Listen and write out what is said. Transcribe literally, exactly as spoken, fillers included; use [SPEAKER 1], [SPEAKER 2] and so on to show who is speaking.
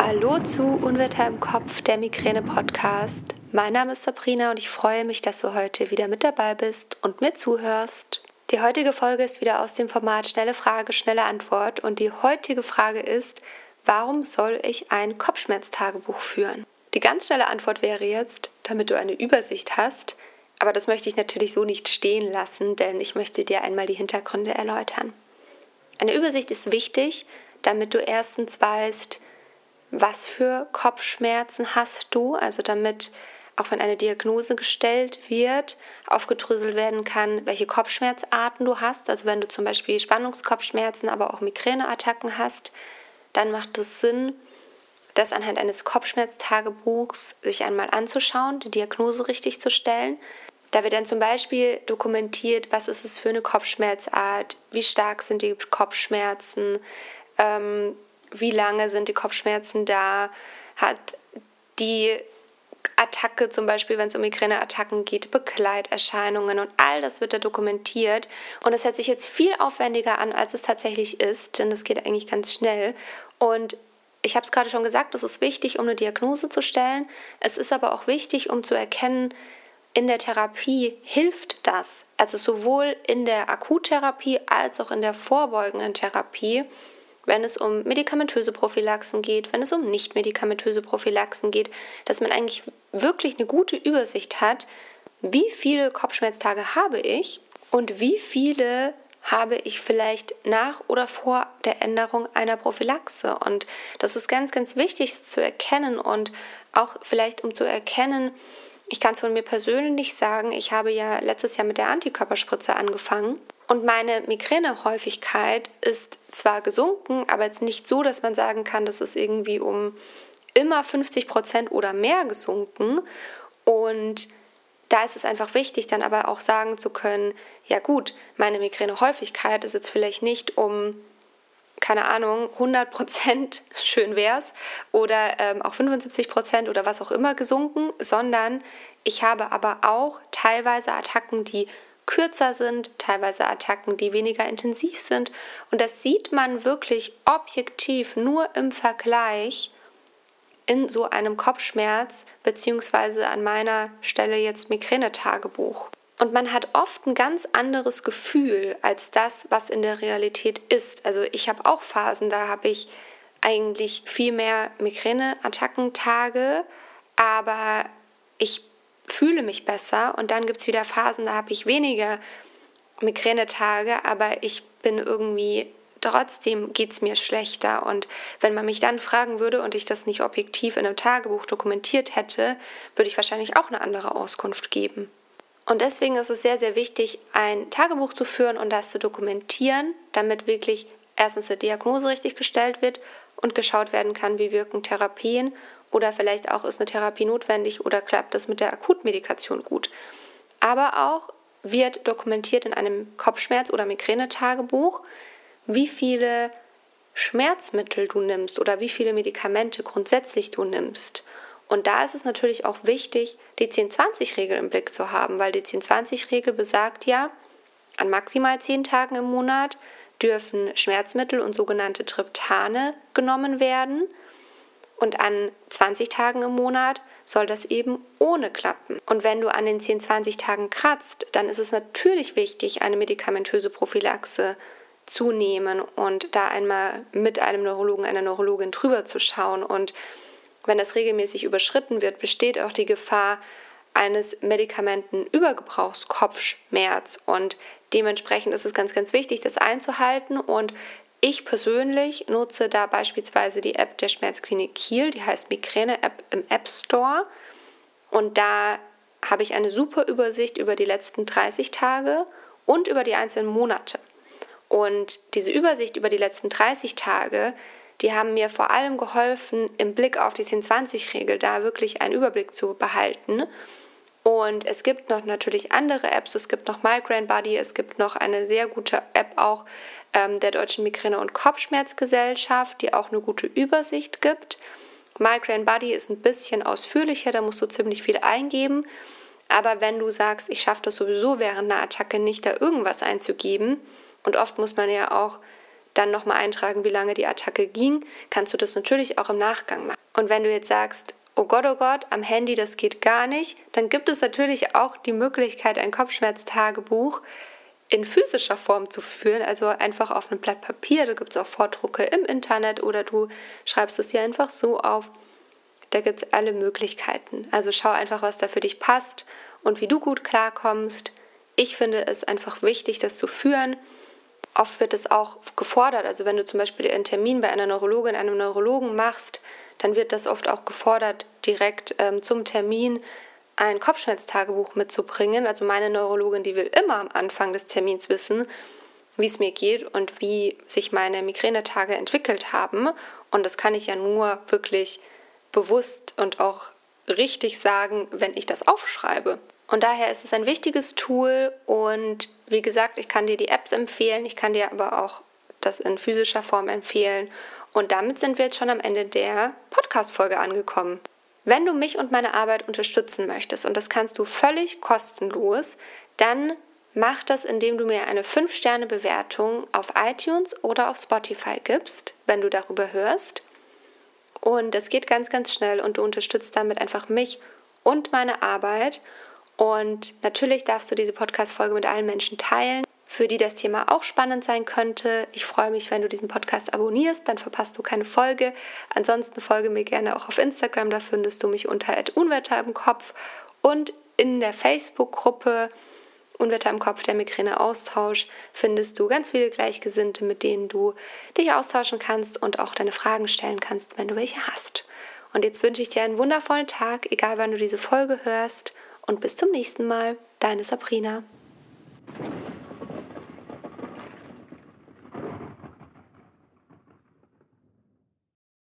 [SPEAKER 1] Hallo zu Unwetter im Kopf, der Migräne-Podcast. Mein Name ist Sabrina und ich freue mich, dass du heute wieder mit dabei bist und mir zuhörst. Die heutige Folge ist wieder aus dem Format Schnelle Frage, schnelle Antwort und die heutige Frage ist, warum soll ich ein Kopfschmerztagebuch führen? Die ganz schnelle Antwort wäre jetzt, damit du eine Übersicht hast, aber das möchte ich natürlich so nicht stehen lassen, denn ich möchte dir einmal die Hintergründe erläutern. Eine Übersicht ist wichtig, damit du erstens weißt, was für Kopfschmerzen hast du, also damit, auch wenn eine Diagnose gestellt wird, aufgedröselt werden kann, welche Kopfschmerzarten du hast. Also wenn du zum Beispiel Spannungskopfschmerzen, aber auch Migräneattacken hast, dann macht es Sinn, das anhand eines Kopfschmerztagebuchs sich einmal anzuschauen, die Diagnose richtig zu stellen. Da wird dann zum Beispiel dokumentiert, was ist es für eine Kopfschmerzart, wie stark sind die Kopfschmerzen, ähm, wie lange sind die Kopfschmerzen da, hat die Attacke zum Beispiel, wenn es um Migräneattacken geht, Begleiterscheinungen und all das wird da dokumentiert. Und es hört sich jetzt viel aufwendiger an, als es tatsächlich ist, denn es geht eigentlich ganz schnell. Und ich habe es gerade schon gesagt, es ist wichtig, um eine Diagnose zu stellen. Es ist aber auch wichtig, um zu erkennen, in der Therapie hilft das. Also sowohl in der Akuttherapie als auch in der vorbeugenden Therapie, wenn es um medikamentöse Prophylaxen geht, wenn es um nicht medikamentöse Prophylaxen geht, dass man eigentlich wirklich eine gute Übersicht hat, wie viele Kopfschmerztage habe ich und wie viele habe ich vielleicht nach oder vor der Änderung einer Prophylaxe. Und das ist ganz, ganz wichtig zu erkennen und auch vielleicht um zu erkennen, ich kann es von mir persönlich sagen, ich habe ja letztes Jahr mit der Antikörperspritze angefangen. Und meine Migränehäufigkeit ist zwar gesunken, aber jetzt nicht so, dass man sagen kann, das ist irgendwie um immer fünfzig Prozent oder mehr gesunken. Und da ist es einfach wichtig, dann aber auch sagen zu können, ja gut, meine Migränehäufigkeit ist jetzt vielleicht nicht um, keine Ahnung, hundert Prozent, schön wär's, oder ähm, auch fünfundsiebzig Prozent oder was auch immer gesunken, sondern ich habe aber auch teilweise Attacken, die kürzer sind, teilweise Attacken, die weniger intensiv sind. Und das sieht man wirklich objektiv nur im Vergleich in so einem Kopfschmerz, beziehungsweise an meiner Stelle jetzt Migränetagebuch. Und man hat oft ein ganz anderes Gefühl als das, was in der Realität ist. Also ich habe auch Phasen, da habe ich eigentlich viel mehr Migräneattakkentage, aber ich fühle mich besser und dann gibt es wieder Phasen, da habe ich weniger Migränetage, aber ich bin irgendwie, trotzdem geht es mir schlechter und wenn man mich dann fragen würde und ich das nicht objektiv in einem Tagebuch dokumentiert hätte, würde ich wahrscheinlich auch eine andere Auskunft geben. Und deswegen ist es sehr, sehr wichtig, ein Tagebuch zu führen und das zu dokumentieren, damit wirklich erstens eine Diagnose richtig gestellt wird und geschaut werden kann, wie wirken Therapien oder vielleicht auch ist eine Therapie notwendig oder klappt das mit der Akutmedikation gut. Aber auch wird dokumentiert in einem Kopfschmerz- oder Migränetagebuch, wie viele Schmerzmittel du nimmst oder wie viele Medikamente grundsätzlich du nimmst. Und da ist es natürlich auch wichtig, die zehn zwanzig Regel im Blick zu haben, weil die zehn zwanzig Regel besagt ja, an maximal zehn Tagen im Monat dürfen Schmerzmittel und sogenannte Triptane genommen werden. Und an zwanzig Tagen im Monat soll das eben ohne klappen. Und wenn du an den zehn zwanzig Tagen kratzt, dann ist es natürlich wichtig, eine medikamentöse Prophylaxe zu nehmen und da einmal mit einem Neurologen, einer Neurologin drüber zu schauen. Und wenn das regelmäßig überschritten wird, besteht auch die Gefahr eines Medikamentenübergebrauchs, Kopfschmerz. Und dementsprechend ist es ganz, ganz wichtig, das einzuhalten. Und ich persönlich nutze da beispielsweise die App der Schmerzklinik Kiel, die heißt Migräne-App im App Store. Und da habe ich eine super Übersicht über die letzten dreißig Tage und über die einzelnen Monate. Und diese Übersicht über die letzten dreißig Tage, die haben mir vor allem geholfen, im Blick auf die zehn zwanzig Regel da wirklich einen Überblick zu behalten. Und es gibt noch natürlich andere Apps, es gibt noch Migraine Buddy, es gibt noch eine sehr gute App auch ähm, der Deutschen Migräne- und Kopfschmerzgesellschaft, die auch eine gute Übersicht gibt. Migraine Buddy ist ein bisschen ausführlicher, da musst du ziemlich viel eingeben. Aber wenn du sagst, ich schaffe das sowieso während einer Attacke nicht, da irgendwas einzugeben, und oft muss man ja auch dann nochmal eintragen, wie lange die Attacke ging, kannst du das natürlich auch im Nachgang machen. Und wenn du jetzt sagst, oh Gott, oh Gott, am Handy, das geht gar nicht, dann gibt es natürlich auch die Möglichkeit, ein Kopfschmerztagebuch in physischer Form zu führen, also einfach auf einem Blatt Papier. Da gibt es auch Vordrucke im Internet oder du schreibst es dir einfach so auf. Da gibt es alle Möglichkeiten. Also schau einfach, was da für dich passt und wie du gut klarkommst. Ich finde es einfach wichtig, das zu führen. Oft wird es auch gefordert, also wenn du zum Beispiel einen Termin bei einer Neurologin, einem Neurologen machst, dann wird das oft auch gefordert, direkt ähm, zum Termin ein Kopfschmerztagebuch mitzubringen. Also meine Neurologin, die will immer am Anfang des Termins wissen, wie es mir geht und wie sich meine Migränetage entwickelt haben. Und das kann ich ja nur wirklich bewusst und auch richtig sagen, wenn ich das aufschreibe. Und daher ist es ein wichtiges Tool und wie gesagt, ich kann dir die Apps empfehlen, ich kann dir aber auch das in physischer Form empfehlen. Und damit sind wir jetzt schon am Ende der Podcast-Folge angekommen. Wenn du mich und meine Arbeit unterstützen möchtest, und das kannst du völlig kostenlos, dann mach das, indem du mir eine fünf Sterne Bewertung auf iTunes oder auf Spotify gibst, wenn du darüber hörst. Und das geht ganz, ganz schnell und du unterstützt damit einfach mich und meine Arbeit. Und natürlich darfst du diese Podcast-Folge mit allen Menschen teilen, für die das Thema auch spannend sein könnte. Ich freue mich, wenn du diesen Podcast abonnierst, dann verpasst du keine Folge. Ansonsten folge mir gerne auch auf Instagram, da findest du mich unter at unwetter im Kopf und in der Facebook-Gruppe Unwetter im Kopf, der Migräne-Austausch, findest du ganz viele Gleichgesinnte, mit denen du dich austauschen kannst und auch deine Fragen stellen kannst, wenn du welche hast. Und jetzt wünsche ich dir einen wundervollen Tag, egal wann du diese Folge hörst, und bis zum nächsten Mal. Deine Sabrina.